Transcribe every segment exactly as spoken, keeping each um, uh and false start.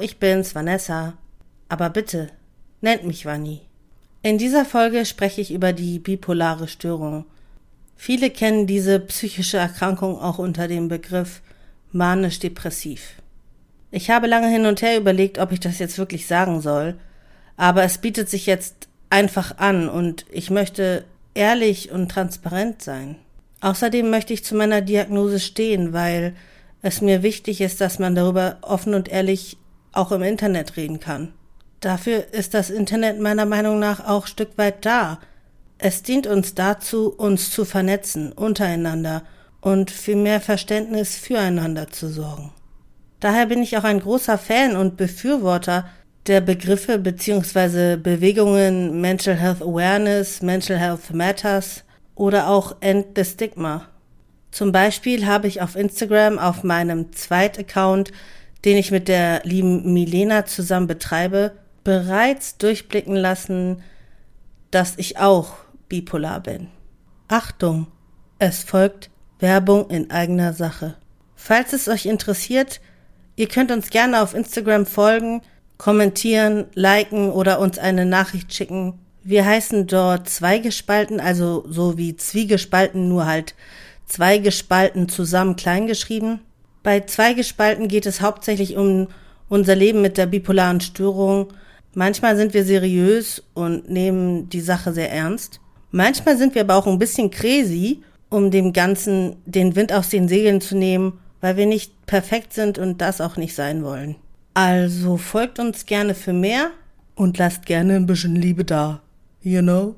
ich bin's, Vanessa. Aber bitte, nennt mich Vanni. In dieser Folge spreche ich über die bipolare Störung. Viele kennen diese psychische Erkrankung auch unter dem Begriff manisch-depressiv. Ich habe lange hin und her überlegt, ob ich das jetzt wirklich sagen soll, aber es bietet sich jetzt einfach an und ich möchte ehrlich und transparent sein. Außerdem möchte ich zu meiner Diagnose stehen, weil es mir wichtig ist, dass man darüber offen und ehrlich auch im Internet reden kann. Dafür ist das Internet meiner Meinung nach auch ein Stück weit da. Es dient uns dazu, uns zu vernetzen, untereinander und für mehr Verständnis füreinander zu sorgen. Daher bin ich auch ein großer Fan und Befürworter der Begriffe bzw. Bewegungen Mental Health Awareness, Mental Health Matters oder auch End the Stigma. Zum Beispiel habe ich auf Instagram auf meinem Zweit-Account, den ich mit der lieben Milena zusammen betreibe, bereits durchblicken lassen, dass ich auch bipolar bin. Achtung, es folgt Werbung in eigener Sache. Falls es euch interessiert, ihr könnt uns gerne auf Instagram folgen, kommentieren, liken oder uns eine Nachricht schicken. Wir heißen dort Zweigespalten, also so wie Zwiegespalten, nur halt Zweigespalten zusammen kleingeschrieben. Bei Zweigespalten geht es hauptsächlich um unser Leben mit der bipolaren Störung. Manchmal sind wir seriös und nehmen die Sache sehr ernst. Manchmal sind wir aber auch ein bisschen crazy, um dem Ganzen den Wind aus den Segeln zu nehmen, weil wir nicht perfekt sind und das auch nicht sein wollen. Also folgt uns gerne für mehr und lasst gerne ein bisschen Liebe da. You know?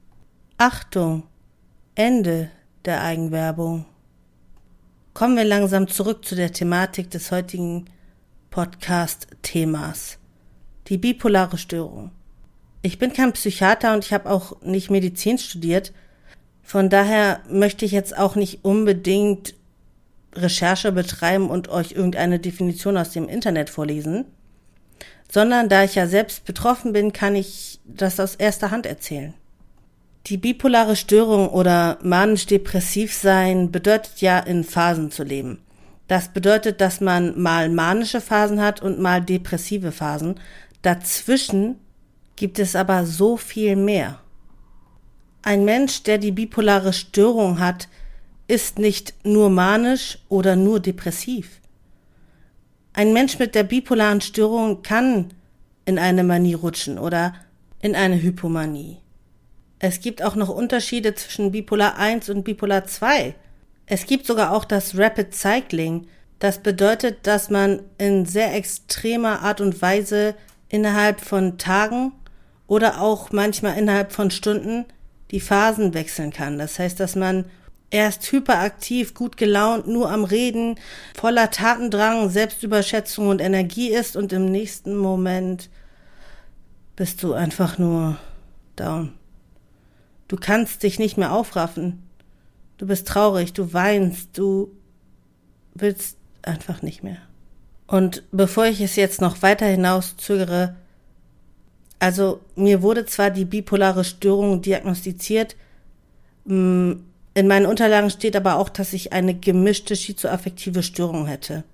Achtung, Ende der Eigenwerbung. Kommen wir langsam zurück zu der Thematik des heutigen Podcast-Themas. Die bipolare Störung. Ich bin kein Psychiater und ich habe auch nicht Medizin studiert. Von daher möchte ich jetzt auch nicht unbedingt Recherche betreiben und euch irgendeine Definition aus dem Internet vorlesen, sondern da ich ja selbst betroffen bin, kann ich das aus erster Hand erzählen. Die bipolare Störung oder manisch-depressiv sein bedeutet ja, in Phasen zu leben. Das bedeutet, dass man mal manische Phasen hat und mal depressive Phasen. Dazwischen gibt es aber so viel mehr. Ein Mensch, der die bipolare Störung hat, ist nicht nur manisch oder nur depressiv. Ein Mensch mit der bipolaren Störung kann in eine Manie rutschen oder in eine Hypomanie. Es gibt auch noch Unterschiede zwischen Bipolar eins und Bipolar zwei. Es gibt sogar auch das Rapid Cycling. Das bedeutet, dass man in sehr extremer Art und Weise innerhalb von Tagen oder auch manchmal innerhalb von Stunden die Phasen wechseln kann. Das heißt, dass man erst hyperaktiv, gut gelaunt, nur am Reden, voller Tatendrang, Selbstüberschätzung und Energie ist und im nächsten Moment bist du einfach nur down. Du kannst dich nicht mehr aufraffen. Du bist traurig, du weinst, du willst einfach nicht mehr. Und bevor ich es jetzt noch weiter hinauszögere, also mir wurde zwar die bipolare Störung diagnostiziert, mh, in meinen Unterlagen steht aber auch, dass ich eine gemischte schizoaffektive Störung hätte.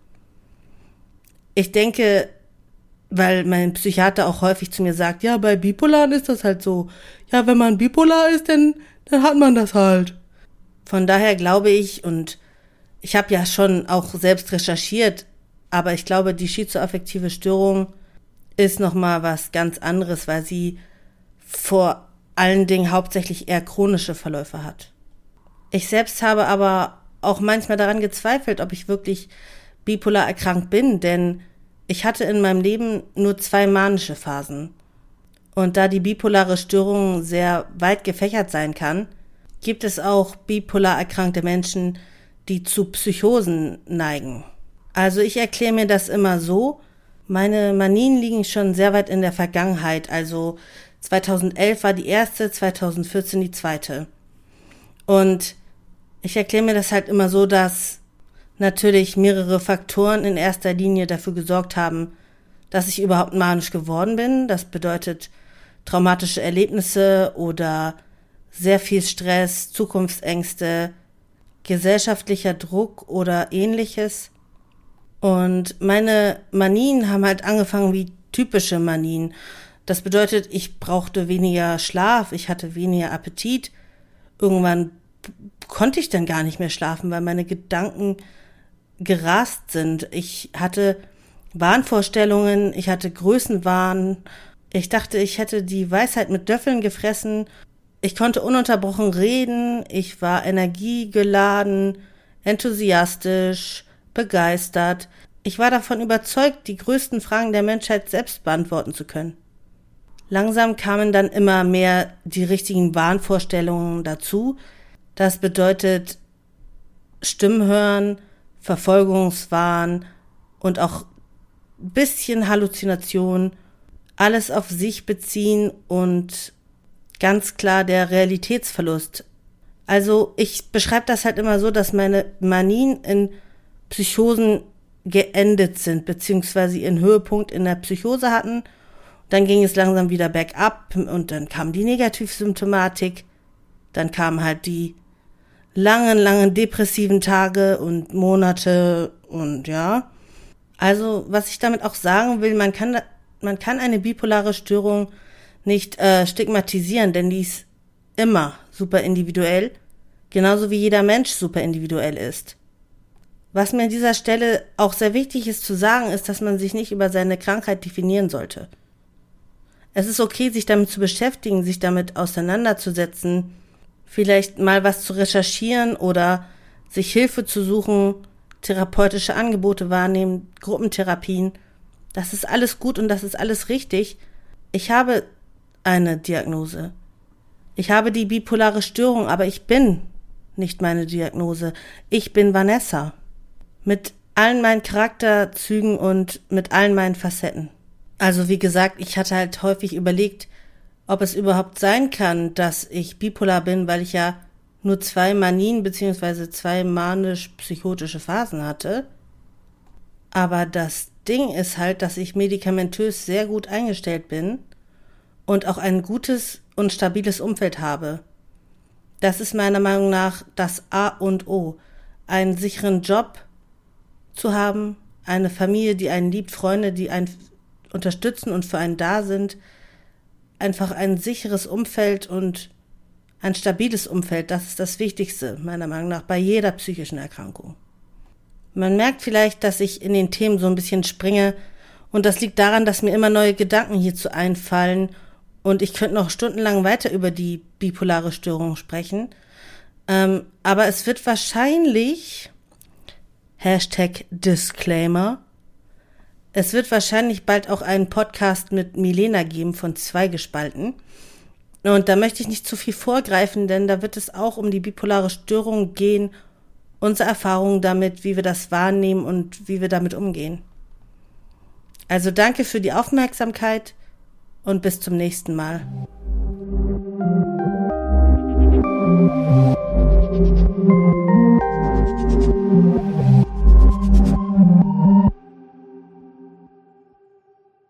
Ich denke, weil mein Psychiater auch häufig zu mir sagt, ja, bei Bipolaren ist das halt so. Ja, wenn man bipolar ist, dann, dann hat man das halt. Von daher glaube ich, und ich habe ja schon auch selbst recherchiert, aber ich glaube, die schizoaffektive Störung ist nochmal was ganz anderes, weil sie vor allen Dingen hauptsächlich eher chronische Verläufe hat. Ich selbst habe aber auch manchmal daran gezweifelt, ob ich wirklich bipolar erkrankt bin, denn ich hatte in meinem Leben nur zwei manische Phasen. Und da die bipolare Störung sehr weit gefächert sein kann, gibt es auch bipolar erkrankte Menschen, die zu Psychosen neigen. Also ich erkläre mir das immer so, meine Manien liegen schon sehr weit in der Vergangenheit, also zweitausendelf war die erste, zweitausendvierzehn die zweite. Und ich erkläre mir das halt immer so, dass natürlich mehrere Faktoren in erster Linie dafür gesorgt haben, dass ich überhaupt manisch geworden bin. Das bedeutet traumatische Erlebnisse oder sehr viel Stress, Zukunftsängste, gesellschaftlicher Druck oder ähnliches. Und meine Manien haben halt angefangen wie typische Manien. Das bedeutet, ich brauchte weniger Schlaf, ich hatte weniger Appetit. Irgendwann konnte ich dann gar nicht mehr schlafen, weil meine Gedanken gerast sind. Ich hatte Wahnvorstellungen, ich hatte Größenwahn. Ich dachte, ich hätte die Weisheit mit Löffeln gefressen. Ich konnte ununterbrochen reden, ich war energiegeladen, enthusiastisch, begeistert. Ich war davon überzeugt, die größten Fragen der Menschheit selbst beantworten zu können. Langsam kamen dann immer mehr die richtigen Wahnvorstellungen dazu. Das bedeutet Stimmen hören, Verfolgungswahn und auch ein bisschen Halluzination, alles auf sich beziehen und ganz klar der Realitätsverlust. Also ich beschreibe das halt immer so, dass meine Manien in Psychosen geendet sind, beziehungsweise ihren Höhepunkt in der Psychose hatten. Dann ging es langsam wieder bergab und dann kam die Negativsymptomatik. Dann kamen halt die langen, langen depressiven Tage und Monate und ja. Also was ich damit auch sagen will, man kann, man kann eine bipolare Störung nicht äh, stigmatisieren, denn die ist immer super individuell, genauso wie jeder Mensch super individuell ist. Was mir an dieser Stelle auch sehr wichtig ist zu sagen, ist, dass man sich nicht über seine Krankheit definieren sollte. Es ist okay, sich damit zu beschäftigen, sich damit auseinanderzusetzen, vielleicht mal was zu recherchieren oder sich Hilfe zu suchen, therapeutische Angebote wahrnehmen, Gruppentherapien. Das ist alles gut und das ist alles richtig. Ich habe eine Diagnose. Ich habe die bipolare Störung, aber ich bin nicht meine Diagnose. Ich bin Vanessa. Mit allen meinen Charakterzügen und mit allen meinen Facetten. Also wie gesagt, ich hatte halt häufig überlegt, ob es überhaupt sein kann, dass ich bipolar bin, weil ich ja nur zwei Manien bzw. zwei manisch-psychotische Phasen hatte. Aber das Ding ist halt, dass ich medikamentös sehr gut eingestellt bin und auch ein gutes und stabiles Umfeld habe. Das ist meiner Meinung nach das A und O. Einen sicheren Job zu haben, eine Familie, die einen liebt, Freunde, die einen unterstützen und für einen da sind, einfach ein sicheres Umfeld und ein stabiles Umfeld, das ist das Wichtigste, meiner Meinung nach, bei jeder psychischen Erkrankung. Man merkt vielleicht, dass ich in den Themen so ein bisschen springe und das liegt daran, dass mir immer neue Gedanken hierzu einfallen und ich könnte noch stundenlang weiter über die bipolare Störung sprechen, ähm, aber es wird wahrscheinlich, Hashtag Disclaimer, es wird wahrscheinlich bald auch einen Podcast mit Milena geben von Zweigespalten. Und da möchte ich nicht zu viel vorgreifen, denn da wird es auch um die bipolare Störung gehen, unsere Erfahrungen damit, wie wir das wahrnehmen und wie wir damit umgehen. Also danke für die Aufmerksamkeit und bis zum nächsten Mal.